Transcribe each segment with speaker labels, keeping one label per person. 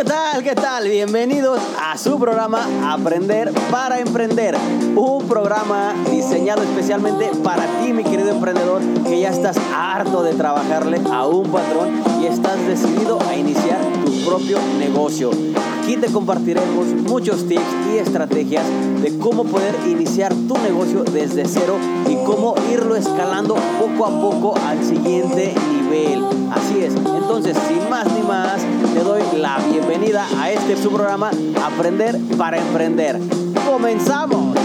Speaker 1: tal? ¿Qué tal? Bienvenidos a su programa Aprender para Emprender. Un programa diseñado especialmente para ti, mi querido emprendedor, que ya estás harto de trabajarle a un patrón y estás decidido a iniciar tu propio negocio. Aquí te compartiremos muchos tips y estrategias de cómo poder iniciar tu negocio desde cero y cómo irlo escalando poco a poco al siguiente nivel. Así es. Entonces, sin más ni más, te doy la bienvenida a su programa Aprender para Emprender. ¡Comenzamos!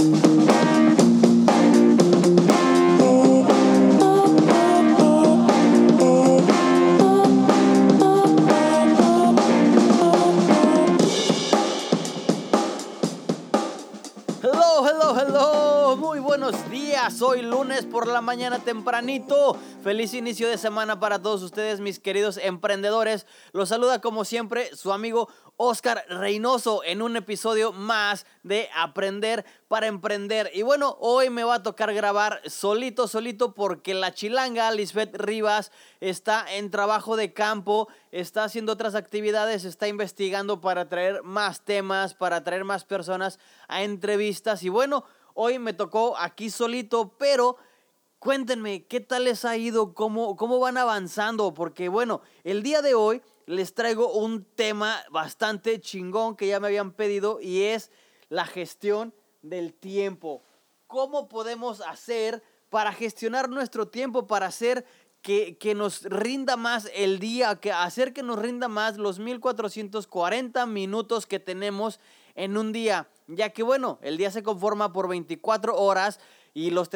Speaker 1: Hello, muy buenos días. Hoy lunes por la mañana tempranito. Feliz inicio de semana para todos ustedes, mis queridos emprendedores. Los saluda como siempre su amigo Oscar Reynoso en un episodio más de Aprender para Emprender. Y bueno, hoy me va a tocar grabar solito porque la chilanga Lisbeth Rivas está en trabajo de campo, está haciendo otras actividades, está investigando para traer más temas, para traer más personas a entrevistas. Y bueno, hoy me tocó aquí solito, pero cuéntenme, ¿qué tal les ha ido? ¿Cómo van avanzando? Porque bueno, el día de hoy les traigo un tema bastante chingón que ya me habían pedido y es la gestión del tiempo. ¿Cómo podemos hacer para gestionar nuestro tiempo, para hacer que nos rinda más el día, hacer que nos rinda más los 1440 minutos que tenemos en un día? Ya que bueno, el día se conforma por 24 horas y los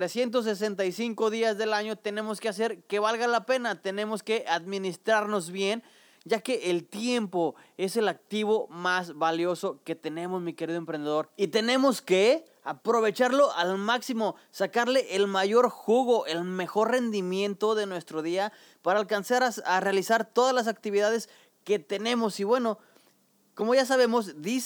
Speaker 1: 365 días del año tenemos que hacer que valga la pena, tenemos que administrarnos bien, ya que el tiempo es el activo más valioso que tenemos, mi querido emprendedor. Y tenemos que aprovecharlo al máximo, sacarle el mayor jugo, el mejor rendimiento de nuestro día para alcanzar a realizar todas las actividades que tenemos. Y bueno, como ya sabemos,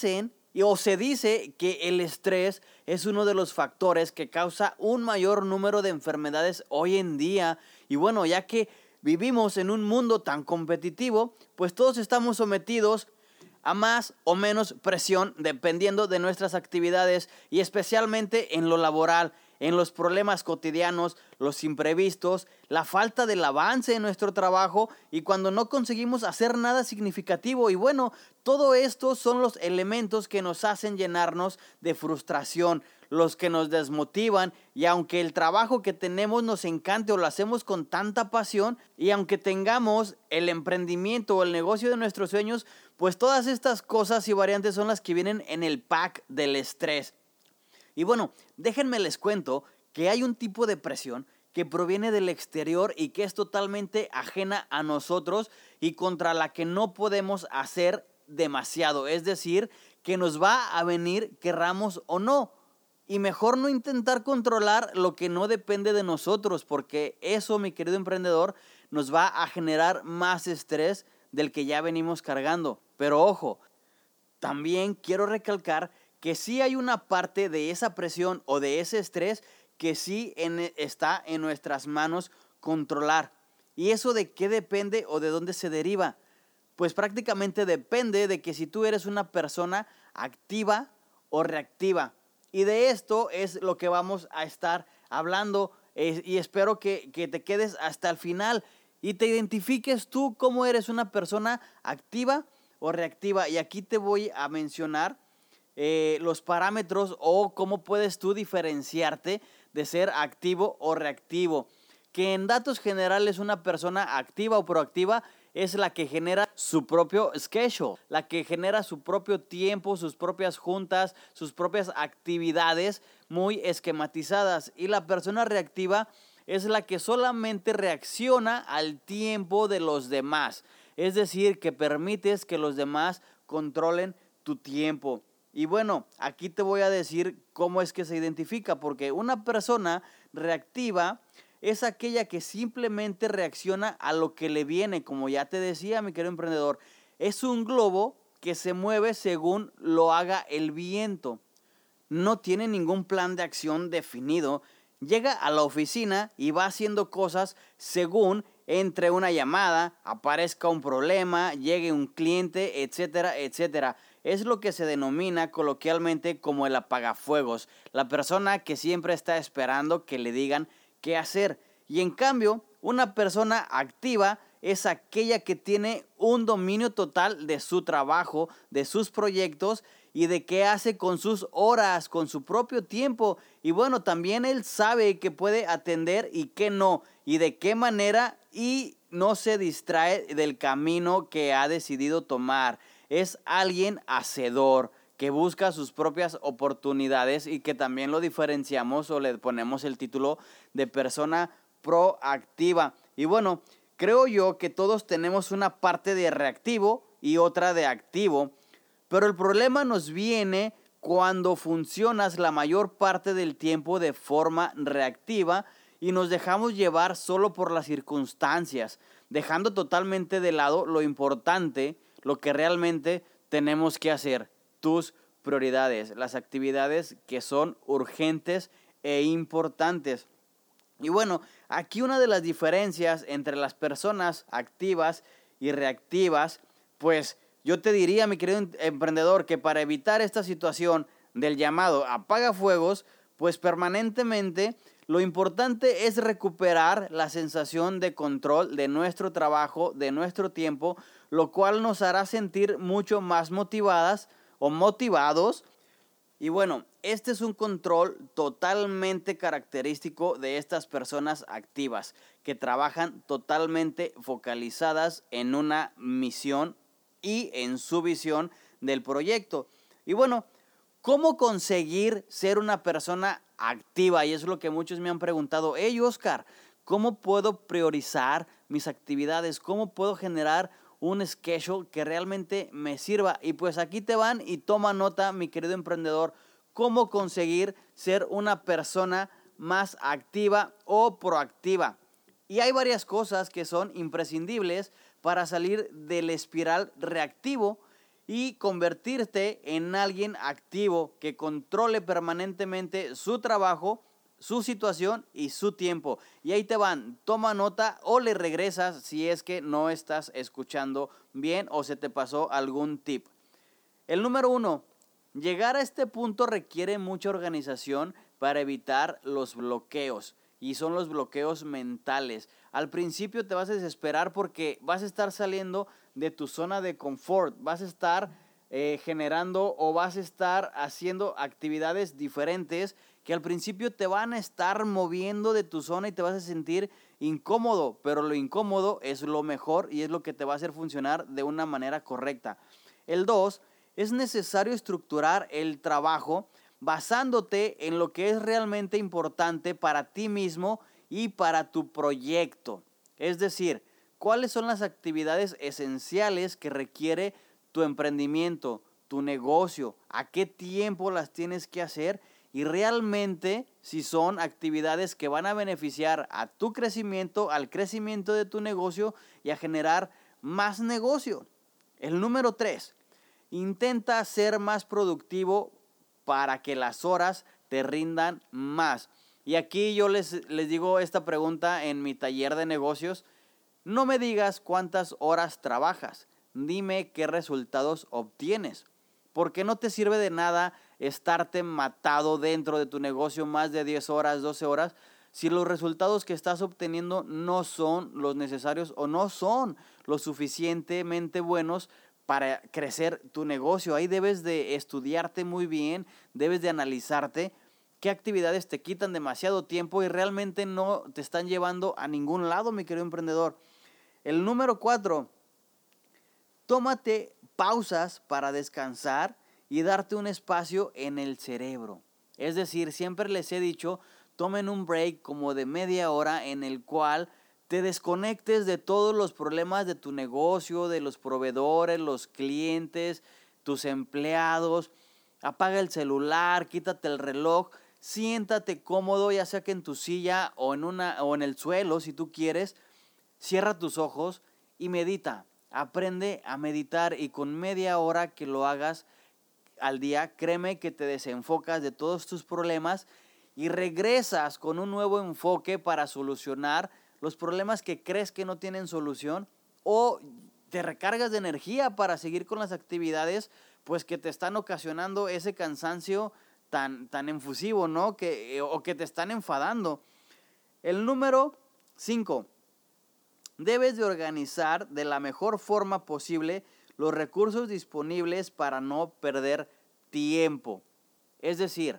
Speaker 1: se dice que el estrés es uno de los factores que causa un mayor número de enfermedades hoy en día. Y bueno, ya que vivimos en un mundo tan competitivo, pues todos estamos sometidos a más o menos presión dependiendo de nuestras actividades y especialmente en lo laboral, en los problemas cotidianos, los imprevistos, la falta del avance en nuestro trabajo y cuando no conseguimos hacer nada significativo. Y bueno, todo esto son los elementos que nos hacen llenarnos de frustración, los que nos desmotivan, y aunque el trabajo que tenemos nos encante o lo hacemos con tanta pasión, y aunque tengamos el emprendimiento o el negocio de nuestros sueños, pues todas estas cosas y variantes son las que vienen en el pack del estrés. Y bueno, déjenme les cuento que hay un tipo de presión que proviene del exterior y que es totalmente ajena a nosotros y contra la que no podemos hacer demasiado. Es decir, que nos va a venir querramos o no. Y mejor no intentar controlar lo que no depende de nosotros, porque eso, mi querido emprendedor, nos va a generar más estrés del que ya venimos cargando. Pero ojo, también quiero recalcar que sí hay una parte de esa presión o de ese estrés que sí está en nuestras manos controlar. ¿Y eso de qué depende o de dónde se deriva? Pues prácticamente depende de que si tú eres una persona activa o reactiva. Y de esto es lo que vamos a estar hablando y espero que te quedes hasta el final y te identifiques tú cómo eres una persona activa o reactiva. Y aquí te voy a mencionar los parámetros o cómo puedes tú diferenciarte de ser activo o reactivo. Que en datos generales una persona activa o proactiva es la que genera su propio schedule, la que genera su propio tiempo, sus propias juntas, sus propias actividades muy esquematizadas. Y la persona reactiva es la que solamente reacciona al tiempo de los demás. Es decir, que permites que los demás controlen tu tiempo. Y bueno, aquí te voy a decir cómo es que se identifica, porque una persona reactiva es aquella que simplemente reacciona a lo que le viene. Como ya te decía, mi querido emprendedor, es un globo que se mueve según lo haga el viento. No tiene ningún plan de acción definido. Llega a la oficina y va haciendo cosas según entre una llamada, aparezca un problema, llegue un cliente, etcétera, etcétera. Es lo que se denomina coloquialmente como el apagafuegos, la persona que siempre está esperando que le digan qué hacer. Y en cambio, una persona activa es aquella que tiene un dominio total de su trabajo, de sus proyectos y de qué hace con sus horas, con su propio tiempo. Y bueno, también él sabe que puede atender y qué no, y de qué manera, y no se distrae del camino que ha decidido tomar. Es alguien hacedor, que busca sus propias oportunidades y que también lo diferenciamos o le ponemos el título de persona proactiva. Y bueno, creo yo que todos tenemos una parte de reactivo y otra de activo, pero el problema nos viene cuando funcionas la mayor parte del tiempo de forma reactiva y nos dejamos llevar solo por las circunstancias, dejando totalmente de lado lo importante, lo que realmente tenemos que hacer, tus prioridades, las actividades que son urgentes e importantes. Y bueno, aquí una de las diferencias entre las personas activas y reactivas, pues yo te diría, mi querido emprendedor, que para evitar esta situación del llamado apagafuegos, pues permanentemente lo importante es recuperar la sensación de control de nuestro trabajo, de nuestro tiempo, lo cual nos hará sentir mucho más motivadas o motivados. Y bueno, este es un control totalmente característico de estas personas activas que trabajan totalmente focalizadas en una misión y en su visión del proyecto. Y bueno, ¿cómo conseguir ser una persona activa? Y es lo que muchos me han preguntado. Hey, Oscar, ¿cómo puedo priorizar mis actividades? ¿Cómo puedo generar un schedule que realmente me sirva? Y pues aquí te van y toma nota, mi querido emprendedor, cómo conseguir ser una persona más activa o proactiva. Y hay varias cosas que son imprescindibles para salir del espiral reactivo y convertirte en alguien activo que controle permanentemente su trabajo, su situación y su tiempo. Y ahí te van, toma nota o le regresas si es que no estás escuchando bien o se te pasó algún tip. El número 1, llegar a este punto requiere mucha organización para evitar los bloqueos. Y son los bloqueos mentales. Al principio te vas a desesperar porque vas a estar saliendo de tu zona de confort. Vas a estar generando o vas a estar haciendo actividades diferentes que al principio te van a estar moviendo de tu zona y te vas a sentir incómodo. Pero lo incómodo es lo mejor y es lo que te va a hacer funcionar de una manera correcta. El 2, es necesario estructurar el trabajo basándote en lo que es realmente importante para ti mismo y para tu proyecto. Es decir, cuáles son las actividades esenciales que requiere tu emprendimiento, tu negocio, a qué tiempo las tienes que hacer y realmente si son actividades que van a beneficiar a tu crecimiento, al crecimiento de tu negocio y a generar más negocio. El número 3, intenta ser más productivo para que las horas te rindan más. Y aquí yo les digo esta pregunta en mi taller de negocios. No me digas cuántas horas trabajas, dime qué resultados obtienes. Porque no te sirve de nada estarte matado dentro de tu negocio más de 10 horas, 12 horas, si los resultados que estás obteniendo no son los necesarios o no son lo suficientemente buenos para crecer tu negocio. Ahí debes de estudiarte muy bien, debes de analizarte qué actividades te quitan demasiado tiempo y realmente no te están llevando a ningún lado, mi querido emprendedor. El número 4, tómate pausas para descansar y darte un espacio en el cerebro. Es decir, siempre les he dicho, tomen un break como de media hora en el cual te desconectes de todos los problemas de tu negocio, de los proveedores, los clientes, tus empleados. Apaga el celular, quítate el reloj, siéntate cómodo, ya sea que en tu silla o en el suelo, si tú quieres. Cierra tus ojos y medita. Aprende a meditar y con media hora que lo hagas al día, créeme que te desenfocas de todos tus problemas y regresas con un nuevo enfoque para solucionar los problemas que crees que no tienen solución, o te recargas de energía para seguir con las actividades pues que te están ocasionando ese cansancio tan efusivo, ¿no? O que te están enfadando. El número 5. Debes de organizar de la mejor forma posible los recursos disponibles para no perder tiempo. Es decir,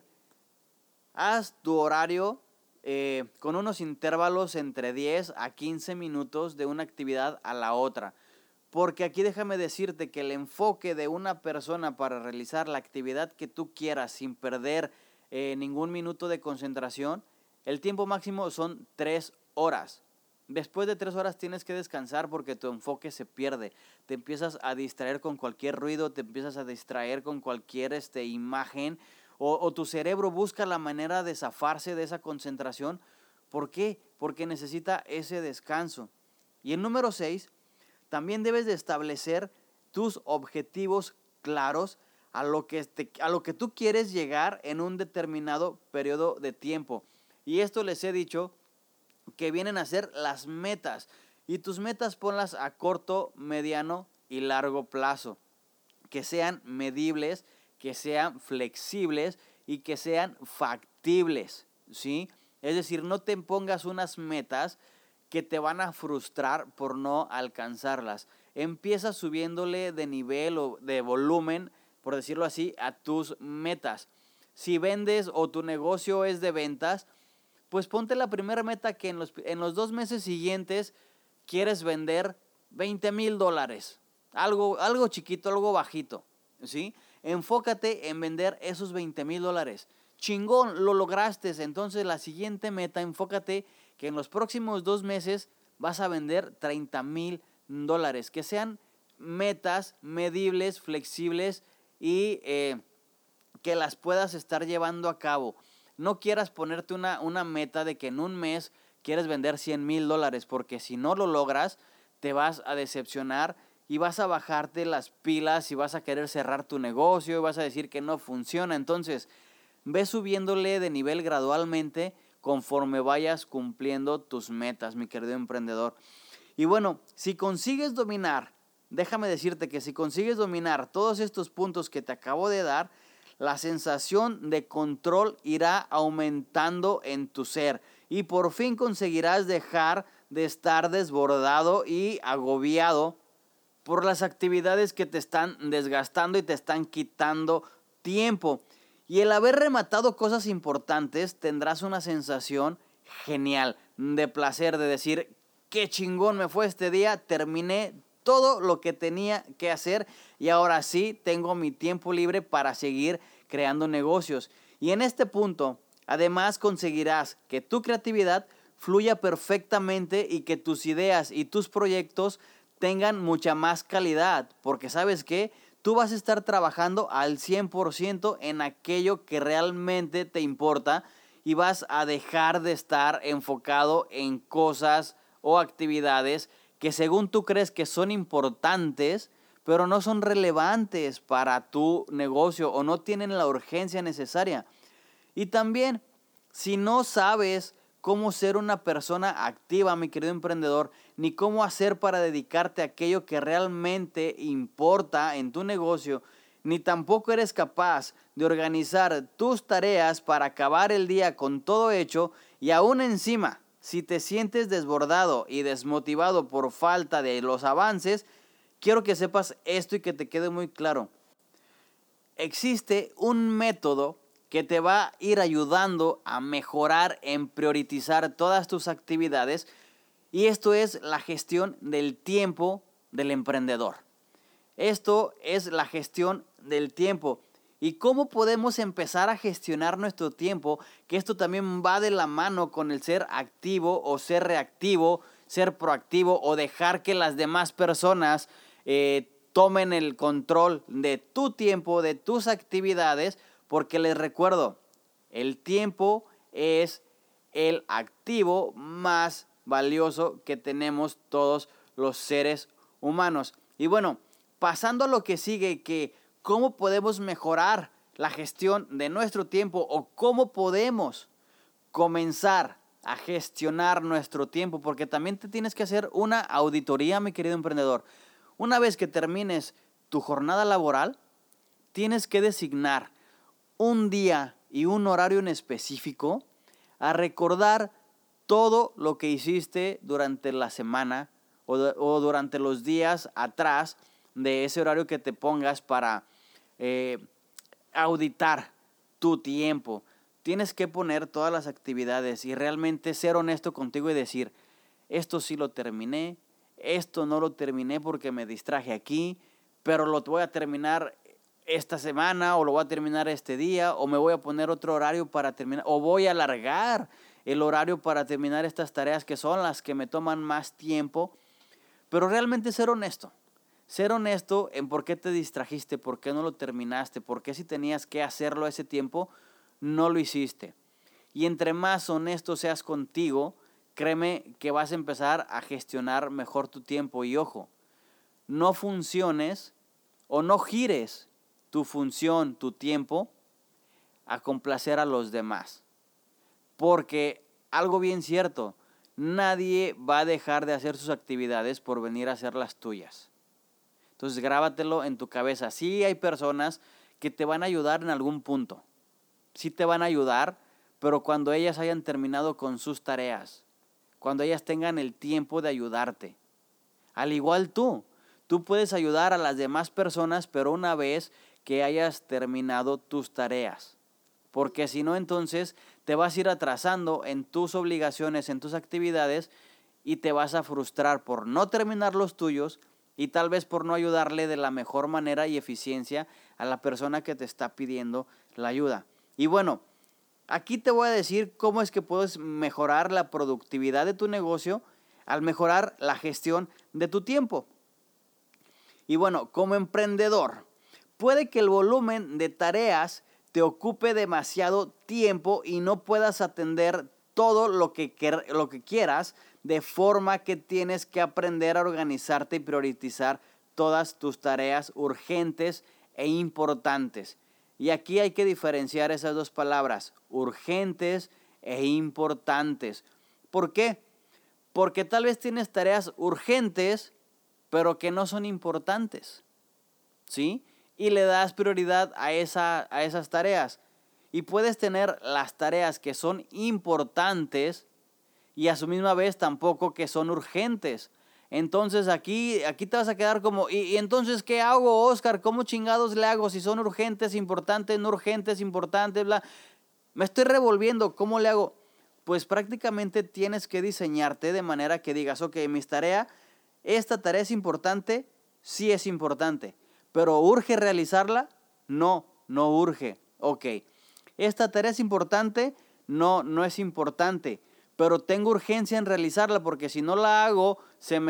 Speaker 1: haz tu horario con unos intervalos entre 10 a 15 minutos de una actividad a la otra. Porque aquí déjame decirte que el enfoque de una persona para realizar la actividad que tú quieras sin perder ningún minuto de concentración, el tiempo máximo son 3 horas. Después de 3 horas tienes que descansar porque tu enfoque se pierde. Te empiezas a distraer con cualquier ruido, te empiezas a distraer con cualquier imagen o tu cerebro busca la manera de zafarse de esa concentración. ¿Por qué? Porque necesita ese descanso. Y el número 6, también debes de establecer tus objetivos claros a lo que tú quieres llegar en un determinado periodo de tiempo. Y esto les he dicho que vienen a ser las metas. Y tus metas ponlas a corto, mediano y largo plazo. Que sean medibles, que sean flexibles y que sean factibles, ¿sí? Es decir, no te pongas unas metas que te van a frustrar por no alcanzarlas. Empieza subiéndole de nivel o de volumen, por decirlo así, a tus metas. Si vendes o tu negocio es de ventas, pues ponte la primera meta que en los 2 meses siguientes quieres vender $20,000. Algo chiquito, algo bajito, ¿sí? Enfócate en vender esos $20,000. Chingón, lo lograste. Entonces la siguiente meta, enfócate que en los próximos 2 meses vas a vender $30,000. Que sean metas medibles, flexibles y que las puedas estar llevando a cabo. No quieras ponerte una meta de que en un mes quieres vender $100,000, porque si no lo logras, te vas a decepcionar y vas a bajarte las pilas y vas a querer cerrar tu negocio y vas a decir que no funciona. Entonces, ve subiéndole de nivel gradualmente conforme vayas cumpliendo tus metas, mi querido emprendedor. Y bueno, si consigues dominar, déjame decirte que si consigues dominar todos estos puntos que te acabo de dar, la sensación de control irá aumentando en tu ser y por fin conseguirás dejar de estar desbordado y agobiado por las actividades que te están desgastando y te están quitando tiempo. Y el haber rematado cosas importantes tendrás una sensación genial de placer, de decir, qué chingón me fue este día, terminé todo lo que tenía que hacer y ahora sí tengo mi tiempo libre para seguir creando negocios. Y en este punto, además conseguirás que tu creatividad fluya perfectamente y que tus ideas y tus proyectos tengan mucha más calidad, porque ¿sabes qué? Tú vas a estar trabajando al 100% en aquello que realmente te importa y vas a dejar de estar enfocado en cosas o actividades que según tú crees que son importantes, pero no son relevantes para tu negocio o no tienen la urgencia necesaria. Y también, si no sabes cómo ser una persona activa, mi querido emprendedor, ni cómo hacer para dedicarte a aquello que realmente importa en tu negocio, ni tampoco eres capaz de organizar tus tareas para acabar el día con todo hecho y aún encima, si te sientes desbordado y desmotivado por falta de los avances, quiero que sepas esto y que te quede muy claro. Existe un método que te va a ir ayudando a mejorar en priorizar todas tus actividades y esto es la gestión del tiempo del emprendedor. Esto es la gestión del tiempo. ¿Y cómo podemos empezar a gestionar nuestro tiempo? Que esto también va de la mano con el ser activo o ser reactivo, ser proactivo o dejar que las demás personas tomen el control de tu tiempo, de tus actividades, porque les recuerdo, el tiempo es el activo más valioso que tenemos todos los seres humanos. Y bueno, pasando a lo que sigue, que cómo podemos mejorar la gestión de nuestro tiempo o cómo podemos comenzar a gestionar nuestro tiempo, porque también te tienes que hacer una auditoría, mi querido emprendedor. Una vez que termines tu jornada laboral, tienes que designar un día y un horario en específico a recordar todo lo que hiciste durante la semana o durante los días atrás de ese horario que te pongas para auditar tu tiempo. Tienes que poner todas las actividades y realmente ser honesto contigo y decir, esto sí lo terminé, esto no lo terminé porque me distraje aquí, pero lo voy a terminar esta semana o lo voy a terminar este día o me voy a poner otro horario para terminar o voy a alargar el horario para terminar estas tareas que son las que me toman más tiempo. Pero realmente ser honesto en por qué te distrajiste, por qué no lo terminaste, por qué si tenías que hacerlo a ese tiempo, no lo hiciste. Y entre más honesto seas contigo, créeme que vas a empezar a gestionar mejor tu tiempo. Y ojo, no funciones o no gires tu función, tu tiempo, a complacer a los demás. Porque algo bien cierto, nadie va a dejar de hacer sus actividades por venir a hacer las tuyas. Entonces grábatelo en tu cabeza. Sí hay personas que te van a ayudar en algún punto. Sí te van a ayudar, pero cuando ellas hayan terminado con sus tareas, cuando ellas tengan el tiempo de ayudarte. Al igual tú puedes ayudar a las demás personas, pero una vez que hayas terminado tus tareas. Porque si no, entonces te vas a ir atrasando en tus obligaciones, en tus actividades y te vas a frustrar por no terminar los tuyos y tal vez por no ayudarle de la mejor manera y eficiencia a la persona que te está pidiendo la ayuda. Y bueno, aquí te voy a decir cómo es que puedes mejorar la productividad de tu negocio al mejorar la gestión de tu tiempo. Y bueno, como emprendedor, puede que el volumen de tareas te ocupe demasiado tiempo y no puedas atender todo lo que quieras, de forma que tienes que aprender a organizarte y priorizar todas tus tareas urgentes e importantes. Y aquí hay que diferenciar esas dos palabras, urgentes e importantes. ¿Por qué? Porque tal vez tienes tareas urgentes, pero que no son importantes, ¿sí? Y le das prioridad a esas tareas. Y puedes tener las tareas que son importantes y a su misma vez tampoco que son urgentes. Entonces aquí te vas a quedar como, ¿y entonces qué hago, Oscar? ¿Cómo chingados le hago si son urgentes, importantes, no urgentes, importantes, bla? Me estoy revolviendo, ¿cómo le hago? Pues prácticamente tienes que diseñarte de manera que digas, ok, esta tarea es importante, sí es importante, pero ¿urge realizarla? No urge. Ok, esta tarea es importante, no es importante, pero tengo urgencia en realizarla porque si no la hago,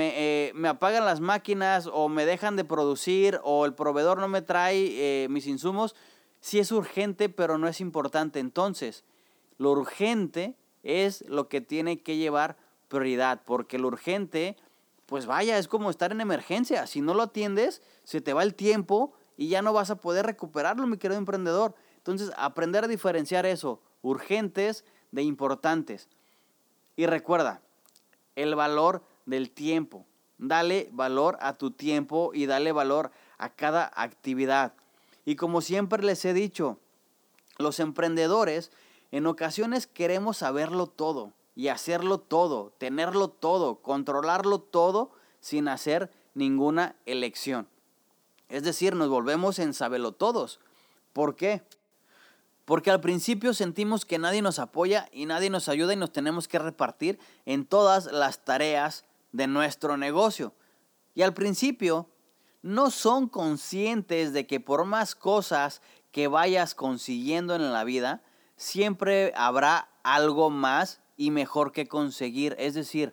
Speaker 1: me apagan las máquinas o me dejan de producir o el proveedor no me trae mis insumos. Sí es urgente, pero no es importante. Entonces, lo urgente es lo que tiene que llevar prioridad, porque lo urgente, pues vaya, es como estar en emergencia. Si no lo atiendes, se te va el tiempo y ya no vas a poder recuperarlo, mi querido emprendedor. Entonces, aprender a diferenciar eso, urgentes de importantes. Y recuerda, el valor del tiempo. Dale valor a tu tiempo y dale valor a cada actividad. Y como siempre les he dicho, los emprendedores en ocasiones queremos saberlo todo y hacerlo todo, tenerlo todo, controlarlo todo sin hacer ninguna elección. Es decir, nos volvemos en sabelotodos. ¿Por qué? Porque al principio sentimos que nadie nos apoya y nadie nos ayuda y nos tenemos que repartir en todas las tareas de nuestro negocio. Y al principio no son conscientes de que por más cosas que vayas consiguiendo en la vida, siempre habrá algo más y mejor que conseguir. Es decir,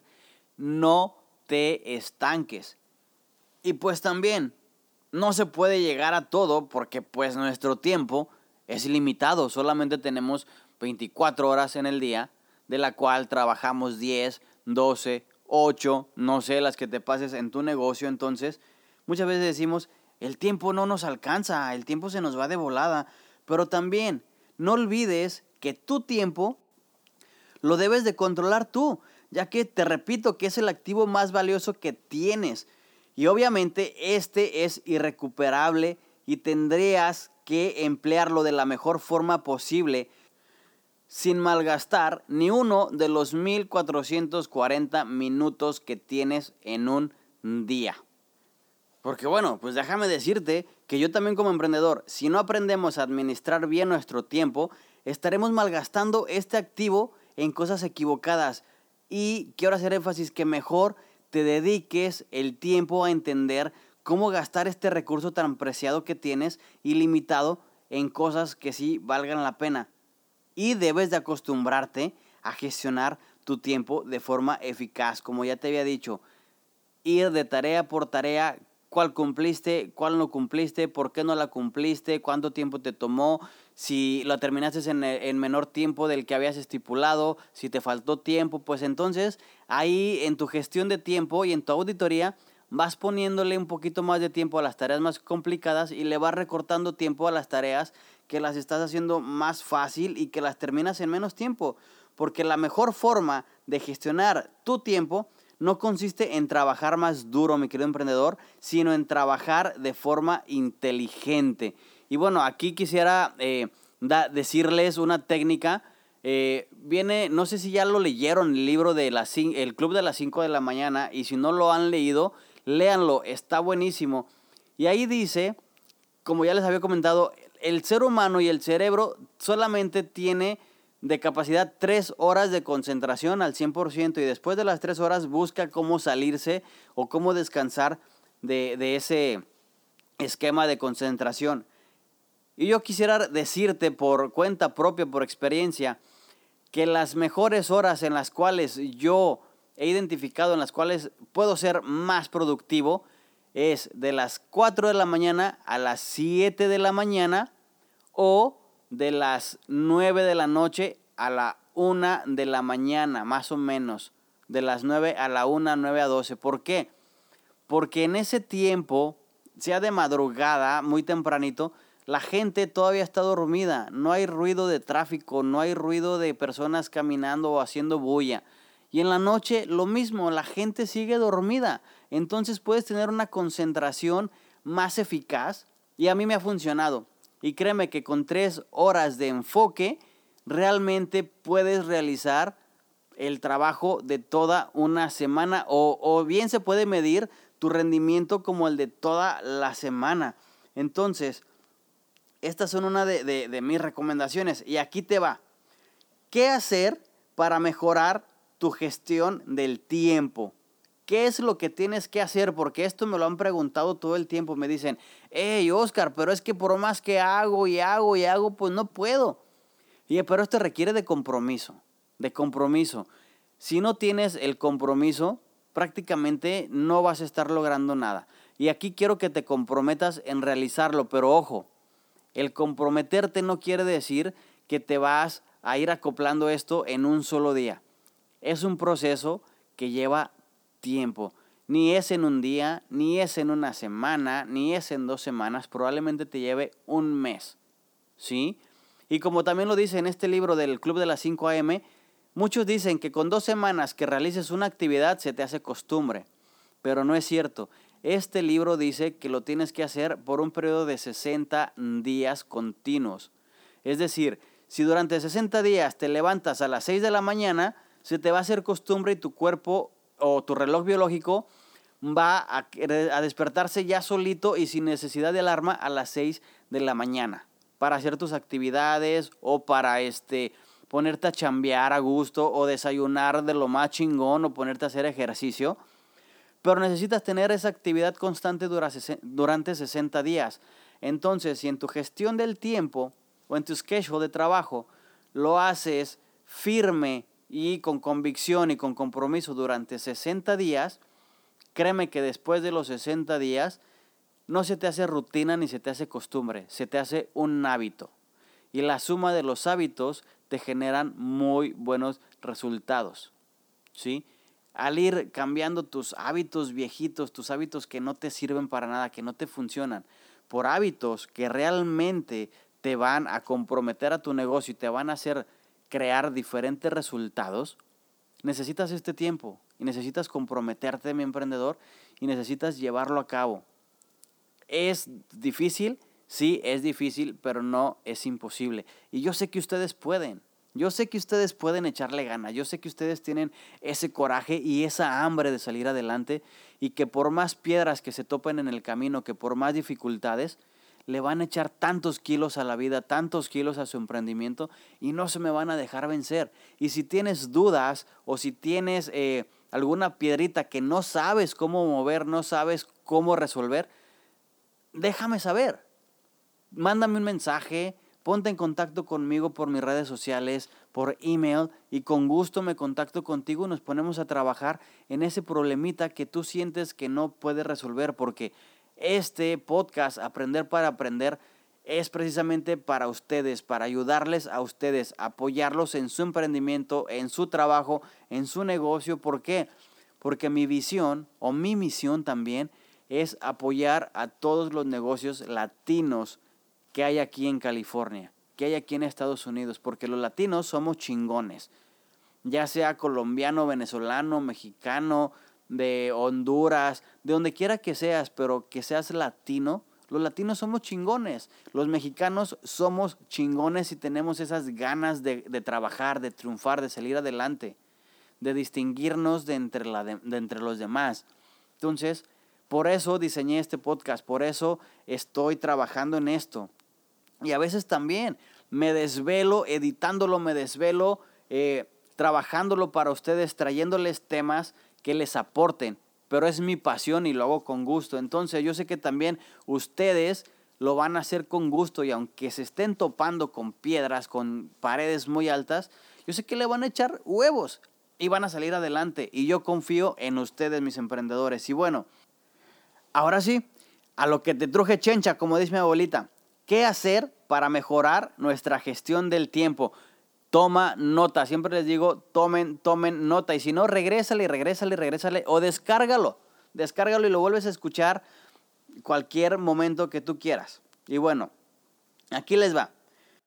Speaker 1: no te estanques. Y pues también no se puede llegar a todo porque pues nuestro tiempo es limitado. Solamente tenemos 24 horas en el día, de la cual trabajamos 10, 12, 8, no sé, las que te pases en tu negocio. Entonces, muchas veces decimos, el tiempo no nos alcanza, el tiempo se nos va de volada. Pero también, no olvides que tu tiempo lo debes de controlar tú, ya que te repito que es el activo más valioso que tienes. Y obviamente este es irrecuperable y tendrías que emplearlo de la mejor forma posible sin malgastar ni uno de los 1440 minutos que tienes en un día. Porque bueno, pues déjame decirte que yo también como emprendedor, si no aprendemos a administrar bien nuestro tiempo, estaremos malgastando este activo en cosas equivocadas. Y quiero hacer énfasis que mejor te dediques el tiempo a entender cómo gastar este recurso tan preciado que tienes y limitado en cosas que sí valgan la pena. Y debes de acostumbrarte a gestionar tu tiempo de forma eficaz. Como ya te había dicho, ir de tarea por tarea, cuál cumpliste, cuál no cumpliste, por qué no la cumpliste, cuánto tiempo te tomó, si la terminaste en menor tiempo del que habías estipulado, si te faltó tiempo, pues entonces ahí en tu gestión de tiempo y en tu auditoría vas poniéndole un poquito más de tiempo a las tareas más complicadas y le vas recortando tiempo a las tareas que las estás haciendo más fácil y que las terminas en menos tiempo. Porque la mejor forma de gestionar tu tiempo no consiste en trabajar más duro, mi querido emprendedor, sino en trabajar de forma inteligente. Y bueno, aquí quisiera decirles una técnica. Viene, no sé si ya lo leyeron, el libro de El Club de las 5 de la mañana, y si no lo han leído, léanlo, está buenísimo. Y ahí dice, como ya les había comentado, el ser humano y el cerebro solamente tiene de capacidad 3 horas de concentración al 100%, y después de las 3 horas busca cómo salirse o cómo descansar de ese esquema de concentración. Y yo quisiera decirte por cuenta propia, por experiencia, que las mejores horas en las cuales yo he identificado, en las cuales puedo ser más productivo, es de las 4 de la mañana a las 7 de la mañana o de las 9 de la noche a la 1 de la mañana, más o menos. De las 9 a la 1, 9 a 12. ¿Por qué? Porque en ese tiempo, sea de madrugada, muy tempranito, la gente todavía está dormida. No hay ruido de tráfico, no hay ruido de personas caminando o haciendo bulla. Y en la noche lo mismo, la gente sigue dormida. Entonces puedes tener una concentración más eficaz y a mí me ha funcionado. Y créeme que con 3 horas de enfoque realmente puedes realizar el trabajo de toda una semana o bien se puede medir tu rendimiento como el de toda la semana. Entonces, estas son una de mis recomendaciones y aquí te va. ¿Qué hacer para mejorar tu gestión del tiempo? ¿Qué es lo que tienes que hacer? Porque esto me lo han preguntado todo el tiempo. Me dicen, hey Oscar, pero es que por más que hago y hago y hago, pues no puedo. Pero esto requiere de compromiso, de compromiso. Si no tienes el compromiso, prácticamente no vas a estar logrando nada. Y aquí quiero que te comprometas en realizarlo, pero ojo, el comprometerte no quiere decir que te vas a ir acoplando esto en un solo día. Es un proceso que lleva tiempo. Ni es en un día, ni es en una semana, ni es en 2 semanas. Probablemente te lleve un mes, ¿sí? Y como también lo dice en este libro del Club de las 5 AM, muchos dicen que con 2 semanas que realices una actividad se te hace costumbre. Pero no es cierto. Este libro dice que lo tienes que hacer por un periodo de 60 días continuos. Es decir, si durante 60 días te levantas a las 6 de la mañana, se te va a hacer costumbre y tu cuerpo o tu reloj biológico va a despertarse ya solito y sin necesidad de alarma a las 6 de la mañana para hacer tus actividades o para ponerte a chambear a gusto o desayunar de lo más chingón o ponerte a hacer ejercicio. Pero necesitas tener esa actividad constante durante 60 días. Entonces, si en tu gestión del tiempo o en tu schedule de trabajo lo haces firme y con convicción y con compromiso durante 60 días, créeme que después de los 60 días no se te hace rutina ni se te hace costumbre, se te hace un hábito. Y la suma de los hábitos te generan muy buenos resultados, ¿sí? Al ir cambiando tus hábitos viejitos, tus hábitos que no te sirven para nada, que no te funcionan, por hábitos que realmente te van a comprometer a tu negocio y te van a hacer crear diferentes resultados, necesitas este tiempo y necesitas comprometerte, mi emprendedor, y necesitas llevarlo a cabo. ¿Es difícil? Sí, es difícil, pero no es imposible. Y yo sé que ustedes pueden. Yo sé que ustedes pueden echarle ganas. Yo sé que ustedes tienen ese coraje y esa hambre de salir adelante y que por más piedras que se topen en el camino, que por más dificultades, le van a echar tantos kilos a la vida, tantos kilos a su emprendimiento y no se me van a dejar vencer. Y si tienes dudas o si tienes alguna piedrita que no sabes cómo mover, no sabes cómo resolver, déjame saber. Mándame un mensaje, ponte en contacto conmigo por mis redes sociales, por email y con gusto me contacto contigo y nos ponemos a trabajar en ese problemita que tú sientes que no puedes resolver, porque este podcast, Aprender para Aprender, es precisamente para ustedes, para ayudarles a ustedes, apoyarlos en su emprendimiento, en su trabajo, en su negocio. ¿Por qué? Porque mi visión o mi misión también es apoyar a todos los negocios latinos que hay aquí en California, que hay aquí en Estados Unidos, porque los latinos somos chingones, ya sea colombiano, venezolano, mexicano, de Honduras, de donde quiera que seas, pero que seas latino. Los latinos somos chingones, los mexicanos somos chingones y tenemos esas ganas de trabajar, de triunfar, de salir adelante, de distinguirnos de entre los demás. Entonces, por eso diseñé este podcast, por eso estoy trabajando en esto. Y a veces también me desvelo editándolo, me desvelo trabajándolo para ustedes, trayéndoles temas que les aporten. Pero es mi pasión y lo hago con gusto. Entonces yo sé que también ustedes lo van a hacer con gusto. Y aunque se estén topando con piedras, con paredes muy altas, yo sé que le van a echar huevos y van a salir adelante. Y yo confío en ustedes, mis emprendedores. Y bueno, ahora sí, a lo que te truje chencha, como dice mi abuelita. ¿Qué hacer para mejorar nuestra gestión del tiempo? Toma nota, siempre les digo, tomen nota. Y si no, regrésale o descárgalo y lo vuelves a escuchar cualquier momento que tú quieras. Y bueno, aquí les va.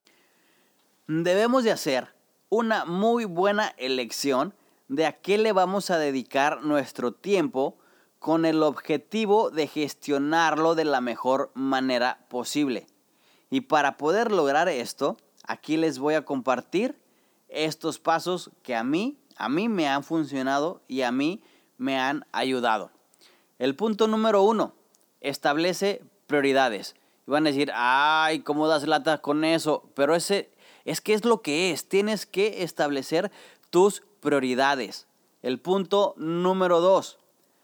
Speaker 1: Debemos de hacer una muy buena elección de a qué le vamos a dedicar nuestro tiempo con el objetivo de gestionarlo de la mejor manera posible. Y para poder lograr esto, aquí les voy a compartir estos pasos que a mí me han funcionado y a mí me han ayudado. El punto número 1, establece prioridades. Y van a decir, ay, ¿cómo das lata con eso? Pero es que es lo que es. Tienes que establecer tus prioridades. El punto número 2,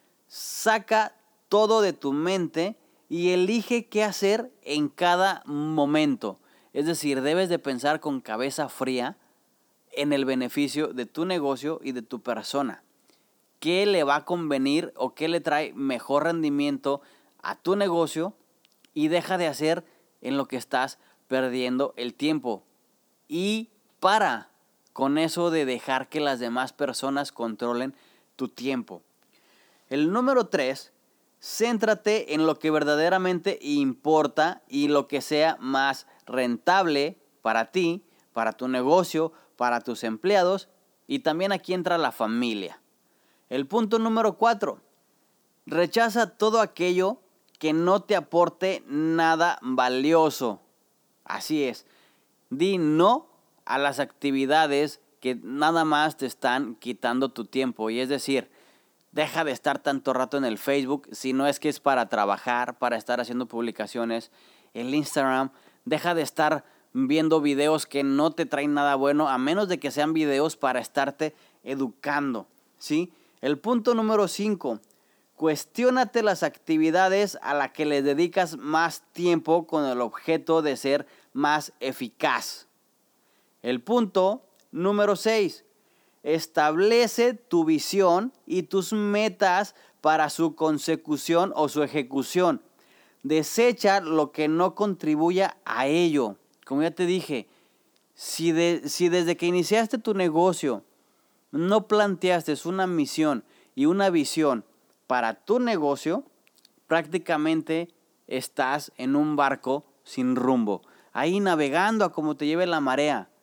Speaker 1: saca todo de tu mente y elige qué hacer en cada momento. Es decir, debes de pensar con cabeza fría en el beneficio de tu negocio y de tu persona. ¿Qué le va a convenir o qué le trae mejor rendimiento a tu negocio? Y deja de hacer en lo que estás perdiendo el tiempo. Y para con eso de dejar que las demás personas controlen tu tiempo. El número 3, céntrate en lo que verdaderamente importa y lo que sea más rentable para ti, para tu negocio, para tus empleados y también aquí entra la familia. El punto número 4, rechaza todo aquello que no te aporte nada valioso. Así es, di no a las actividades que nada más te están quitando tu tiempo. Y es decir, deja de estar tanto rato en el Facebook, si no es que es para trabajar, para estar haciendo publicaciones. El Instagram, deja de estar viendo videos que no te traen nada bueno, a menos de que sean videos para estarte educando, ¿sí? El punto número 5, cuestiónate las actividades a las que le dedicas más tiempo con el objeto de ser más eficaz. El punto número 6, establece tu visión y tus metas para su consecución o su ejecución. Desecha lo que no contribuya a ello. Como ya te dije, si desde que iniciaste tu negocio no planteaste una misión y una visión para tu negocio, prácticamente estás en un barco sin rumbo, ahí navegando a como te lleve la marea.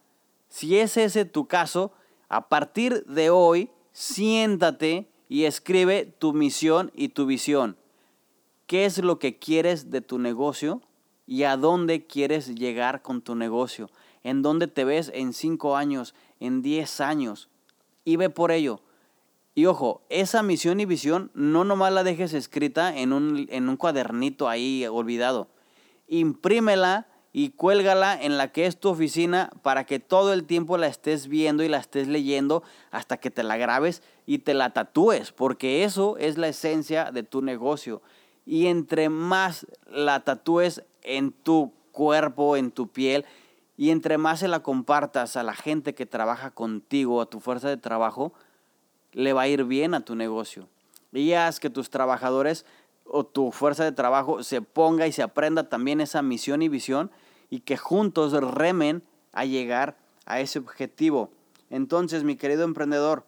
Speaker 1: Si es ese tu caso, a partir de hoy, siéntate y escribe tu misión y tu visión. ¿Qué es lo que quieres de tu negocio y a dónde quieres llegar con tu negocio? ¿En dónde te ves en 5 años, en 10 años? Y ve por ello. Y ojo, esa misión y visión no nomás la dejes escrita en un cuadernito ahí olvidado. Imprímela y cuélgala en la que es tu oficina para que todo el tiempo la estés viendo y la estés leyendo hasta que te la grabes y te la tatúes, porque eso es la esencia de tu negocio. Y entre más la tatúes en tu cuerpo, en tu piel, y entre más se la compartas a la gente que trabaja contigo, a tu fuerza de trabajo, le va a ir bien a tu negocio. Y haz que tus trabajadores o tu fuerza de trabajo se ponga y se aprenda también esa misión y visión y que juntos remen a llegar a ese objetivo. Entonces, mi querido emprendedor,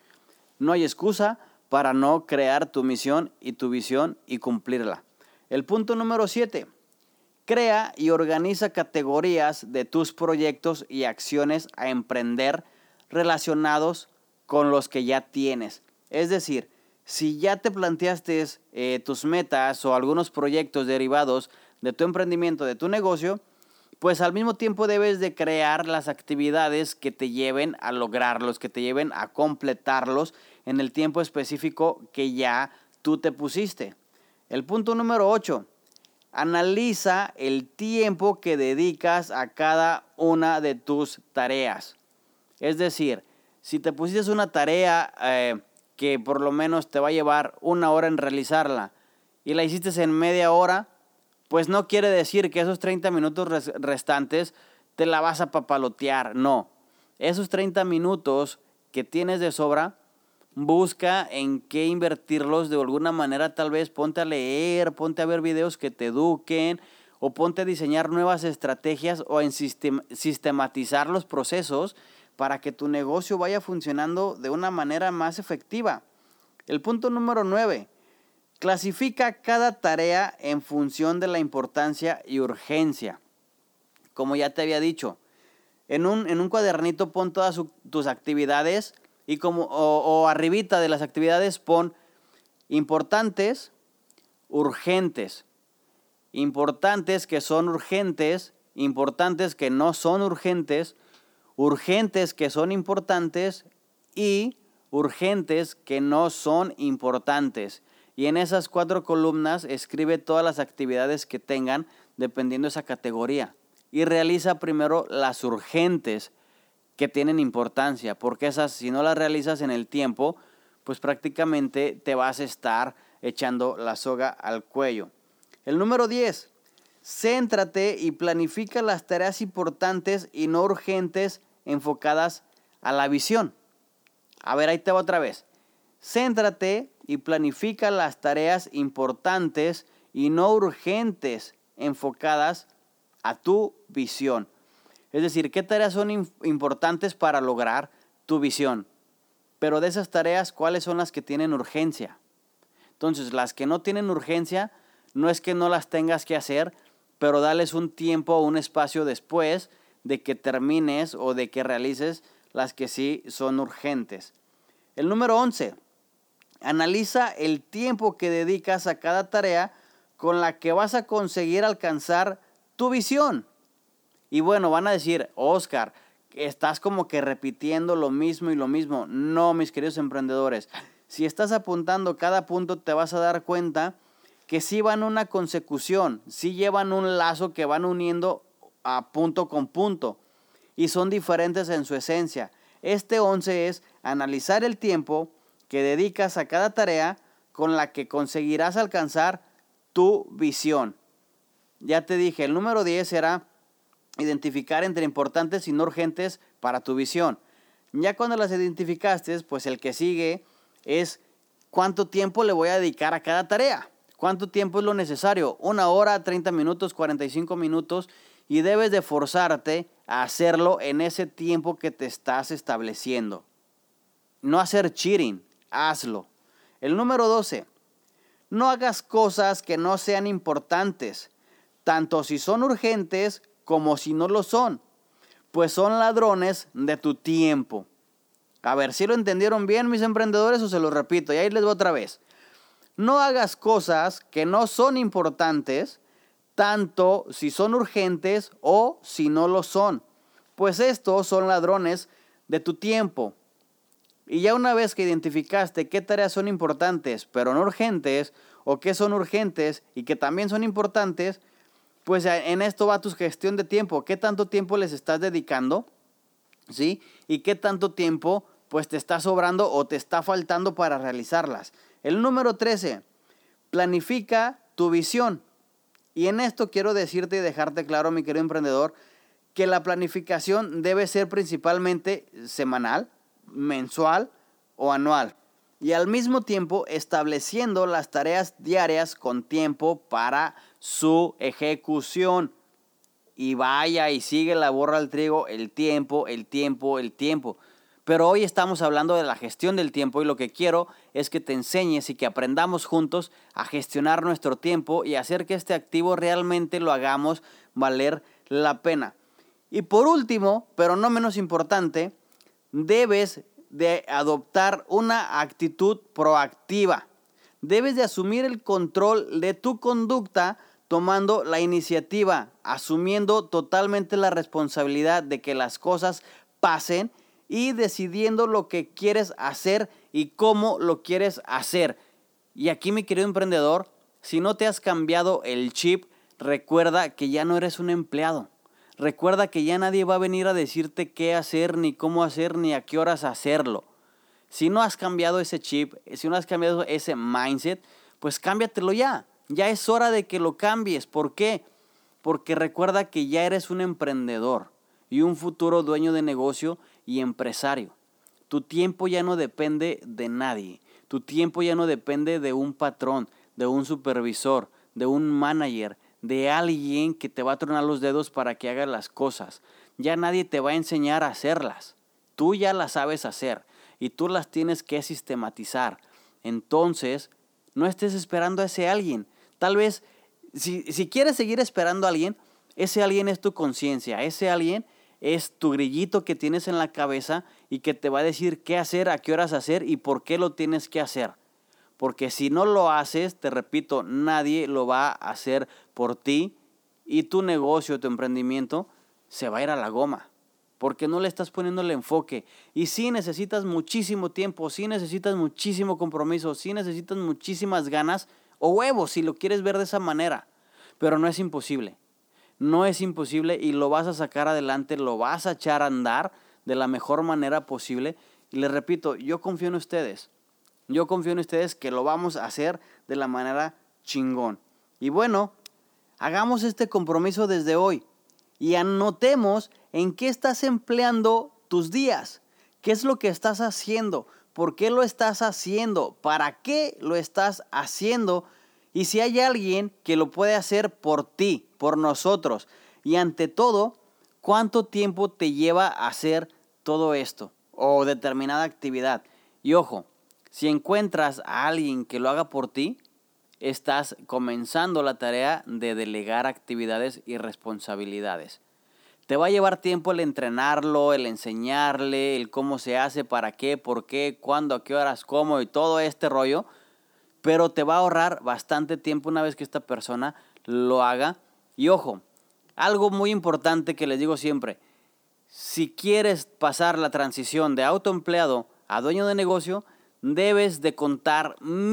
Speaker 1: no hay excusa para no crear tu misión y tu visión y cumplirla. El punto número 7. Crea y organiza categorías de tus proyectos y acciones a emprender relacionados con los que ya tienes. Es decir, si ya te planteaste tus metas o algunos proyectos derivados de tu emprendimiento, de tu negocio, pues al mismo tiempo debes de crear las actividades que te lleven a lograrlos, que te lleven a completarlos en el tiempo específico que ya tú te pusiste. El punto número 8. Analiza el tiempo que dedicas a cada una de tus tareas. Es decir, si te pusiste una tarea que por lo menos te va a llevar 1 hora en realizarla y la hiciste en media hora, pues no quiere decir que esos 30 minutos restantes te la vas a papalotear. No, esos 30 minutos que tienes de sobra, busca en qué invertirlos de alguna manera. Tal vez ponte a leer, ponte a ver videos que te eduquen o ponte a diseñar nuevas estrategias o en sistematizar los procesos para que tu negocio vaya funcionando de una manera más efectiva. El punto número 9. Clasifica cada tarea en función de la importancia y urgencia. Como ya te había dicho, en un cuadernito pon todas tus actividades y o arribita de las actividades pon importantes, urgentes, importantes que son urgentes, importantes que no son urgentes, urgentes que son importantes y urgentes que no son importantes. Y en esas 4 columnas escribe todas las actividades que tengan dependiendo de esa categoría. Y realiza primero las urgentes que tienen importancia, porque esas si no las realizas en el tiempo, pues prácticamente te vas a estar echando la soga al cuello. El número 10. Céntrate y planifica las tareas importantes y no urgentes enfocadas a la visión. A ver, ahí te va otra vez. Céntrate y planifica las tareas importantes y no urgentes enfocadas a tu visión. Es decir, ¿qué tareas son importantes para lograr tu visión? Pero de esas tareas, ¿cuáles son las que tienen urgencia? Entonces, las que no tienen urgencia, no es que no las tengas que hacer, pero dales un tiempo o un espacio después de que termines o de que realices las que sí son urgentes. El número 11. Analiza el tiempo que dedicas a cada tarea con la que vas a conseguir alcanzar tu visión. Y bueno, van a decir, Oscar, estás como que repitiendo lo mismo y lo mismo. No, mis queridos emprendedores. Si estás apuntando cada punto, te vas a dar cuenta que sí van una consecución, sí llevan un lazo que van uniendo a punto con punto y son diferentes en su esencia. Este 11 es analizar el tiempo que dedicas a cada tarea con la que conseguirás alcanzar tu visión. Ya te dije, el número 10 será identificar entre importantes y no urgentes para tu visión. Ya cuando las identificaste, pues el que sigue es cuánto tiempo le voy a dedicar a cada tarea. ¿Cuánto tiempo es lo necesario? 1 hora, 30 minutos, 45 minutos. Y debes de forzarte a hacerlo en ese tiempo que te estás estableciendo. No hacer cheating, hazlo. El número 12. No hagas cosas que no sean importantes, tanto si son urgentes como si no lo son. pues son ladrones de tu tiempo. A ver, ¿sí lo entendieron bien, mis emprendedores, o se los repito? Y ahí les voy otra vez. No hagas cosas que no son importantes, tanto si son urgentes o si no lo son, pues estos son ladrones de tu tiempo. Y ya una vez que identificaste qué tareas son importantes pero no urgentes, o qué son urgentes y que también son importantes, pues en esto va tu gestión de tiempo. ¿Qué tanto tiempo les estás dedicando? ¿Sí? ¿Y qué tanto tiempo pues te está sobrando o te está faltando para realizarlas? El número 13, planifica tu visión. Y en esto quiero decirte y dejarte claro, mi querido emprendedor, que la planificación debe ser principalmente semanal, mensual o anual. Y al mismo tiempo estableciendo las tareas diarias con tiempo para su ejecución. Y vaya y sigue la borra al trigo, el tiempo. Pero hoy estamos hablando de la gestión del tiempo y lo que quiero es que te enseñes y que aprendamos juntos a gestionar nuestro tiempo y hacer que este activo realmente lo hagamos valer la pena. Y por último, pero no menos importante, debes de adoptar una actitud proactiva. Debes de asumir el control de tu conducta tomando la iniciativa, asumiendo totalmente la responsabilidad de que las cosas pasen y decidiendo lo que quieres hacer y cómo lo quieres hacer. Y aquí, mi querido emprendedor, si no te has cambiado el chip, recuerda que ya no eres un empleado. Recuerda que ya nadie va a venir a decirte qué hacer, ni cómo hacer, ni a qué horas hacerlo. Si no has cambiado ese chip, si no has cambiado ese mindset, pues cámbiatelo ya. Ya es hora de que lo cambies. ¿Por qué? Porque recuerda que ya eres un emprendedor y un futuro dueño de negocio y empresario. Tu tiempo ya no depende de nadie. Tu tiempo ya no depende de un patrón, de un supervisor, de un manager, de alguien que te va a tronar los dedos para que hagas las cosas. Ya nadie te va a enseñar a hacerlas. Tú ya las sabes hacer y tú las tienes que sistematizar. Entonces, no estés esperando a ese alguien. Tal vez, si quieres seguir esperando a alguien, ese alguien es tu conciencia, ese alguien es tu grillito que tienes en la cabeza y que te va a decir qué hacer, a qué horas hacer y por qué lo tienes que hacer. Porque si no lo haces, te repito, nadie lo va a hacer por ti y tu negocio, tu emprendimiento, se va a ir a la goma. Porque no le estás poniendo el enfoque. Y sí necesitas muchísimo tiempo, sí necesitas muchísimo compromiso, sí necesitas muchísimas ganas o huevos si lo quieres ver de esa manera. Pero no es imposible. No es imposible y lo vas a sacar adelante, lo vas a echar a andar de la mejor manera posible. Y les repito, yo confío en ustedes. Yo confío en ustedes que lo vamos a hacer de la manera chingón. Y bueno, hagamos este compromiso desde hoy y anotemos en qué estás empleando tus días. ¿Qué es lo que estás haciendo? ¿Por qué lo estás haciendo? ¿Para qué lo estás haciendo? Y si hay alguien que lo puede hacer por ti, por nosotros. Y ante todo, ¿cuánto tiempo te lleva a hacer todo esto o determinada actividad? Y ojo, si encuentras a alguien que lo haga por ti, estás comenzando la tarea de delegar actividades y responsabilidades. Te va a llevar tiempo el entrenarlo, el enseñarle, el cómo se hace, para qué, por qué, cuándo, a qué horas, cómo y todo este rollo. Pero te va a ahorrar bastante tiempo una vez que esta persona lo haga. Y ojo, algo muy importante que les digo siempre, si quieres pasar la transición de autoempleado a dueño de negocio, debes de contar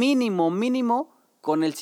Speaker 1: mínimo con el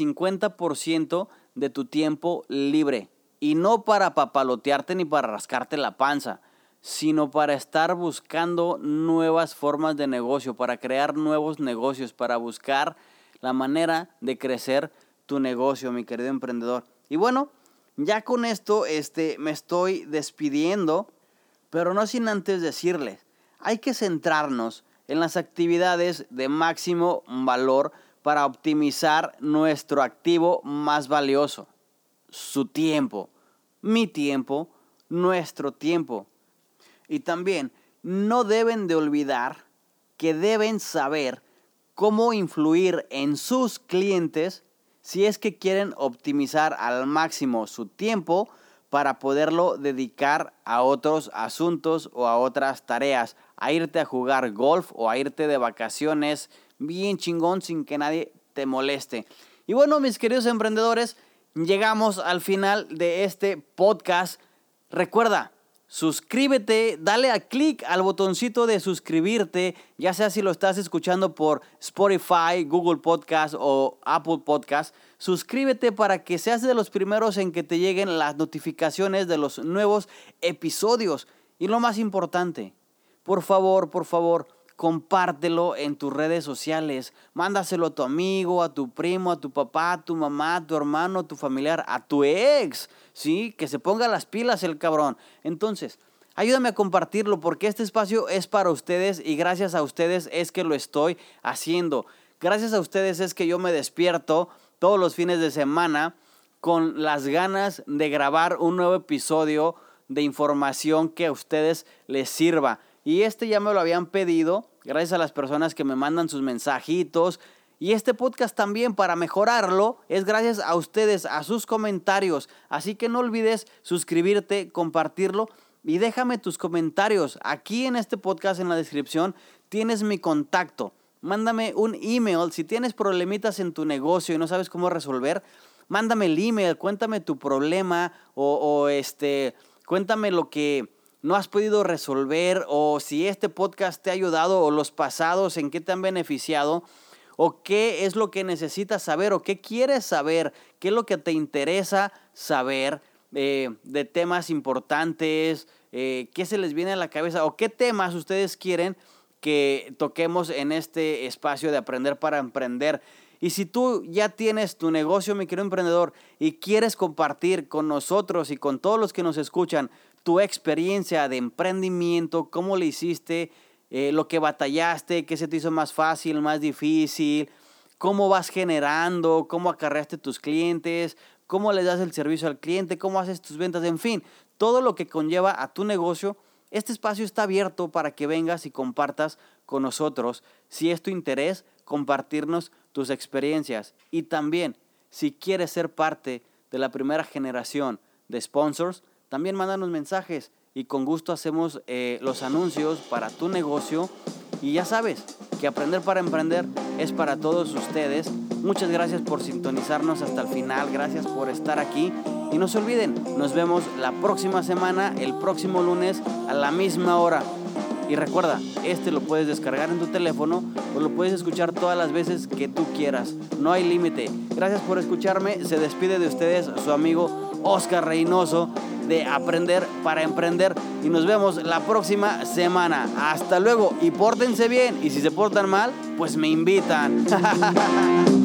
Speaker 1: 50% de tu tiempo libre. Y no para papalotearte ni para rascarte la panza, sino para estar buscando nuevas formas de negocio, para crear nuevos negocios, para buscar la manera de crecer tu negocio, mi querido emprendedor. Y bueno, ya con esto me estoy despidiendo, pero no sin antes decirles, hay que centrarnos en las actividades de máximo valor para optimizar nuestro activo más valioso, su tiempo, mi tiempo, nuestro tiempo. Y también no deben de olvidar que deben saber cómo influir en sus clientes si es que quieren optimizar al máximo su tiempo para poderlo dedicar a otros asuntos o a otras tareas, a irte a jugar golf o a irte de vacaciones bien chingón sin que nadie te moleste. Y bueno, mis queridos emprendedores, llegamos al final de este podcast. Recuerda, suscríbete, dale a clic al botoncito de suscribirte, ya sea si lo estás escuchando por Spotify, Google Podcast o Apple Podcast. Suscríbete para que seas de los primeros en que te lleguen las notificaciones de los nuevos episodios. Y lo más importante, por favor, compártelo en tus redes sociales. Mándaselo a tu amigo, a tu primo, a tu papá, a tu mamá, a tu hermano, a tu familiar, a tu ex. ¿Sí? Que se ponga las pilas el cabrón. Entonces, ayúdame a compartirlo porque este espacio es para ustedes y gracias a ustedes es que lo estoy haciendo. Gracias a ustedes es que yo me despierto todos los fines de semana con las ganas de grabar un nuevo episodio de información que a ustedes les sirva. Y ya me lo habían pedido, gracias a las personas que me mandan sus mensajitos. Y este podcast también, para mejorarlo, es gracias a ustedes, a sus comentarios. Así que no olvides suscribirte, compartirlo y déjame tus comentarios. Aquí en este podcast, en la descripción, tienes mi contacto. Mándame un email. Si tienes problemitas en tu negocio y no sabes cómo resolver, mándame el email, cuéntame tu problema o cuéntame lo que no has podido resolver, o si este podcast te ha ayudado, o los pasados, en qué te han beneficiado, o qué es lo que necesitas saber, o qué quieres saber, qué es lo que te interesa saber de temas importantes, qué se les viene a la cabeza, o qué temas ustedes quieren que toquemos en este espacio de Aprender para Emprender. Y si tú ya tienes tu negocio, mi querido emprendedor, y quieres compartir con nosotros y con todos los que nos escuchan tu experiencia de emprendimiento, cómo le hiciste, lo que batallaste, qué se te hizo más fácil, más difícil, cómo vas generando, cómo acarreaste tus clientes, cómo les das el servicio al cliente, cómo haces tus ventas, en fin, todo lo que conlleva a tu negocio. Este espacio está abierto para que vengas y compartas con nosotros. Si es tu interés, compartirnos tus experiencias. Y también, si quieres ser parte de la primera generación de sponsors, también mándanos mensajes y con gusto hacemos los anuncios para tu negocio. Y ya sabes que Aprender para Emprender es para todos ustedes. Muchas gracias por sintonizarnos hasta el final. Gracias por estar aquí. Y no se olviden, nos vemos la próxima semana, el próximo lunes a la misma hora. Y recuerda, lo puedes descargar en tu teléfono o lo puedes escuchar todas las veces que tú quieras. No hay límite. Gracias por escucharme. Se despide de ustedes su amigo Oscar Reynoso de Aprender para Emprender. Y nos vemos la próxima semana. Hasta luego y pórtense bien. Y si se portan mal, pues me invitan.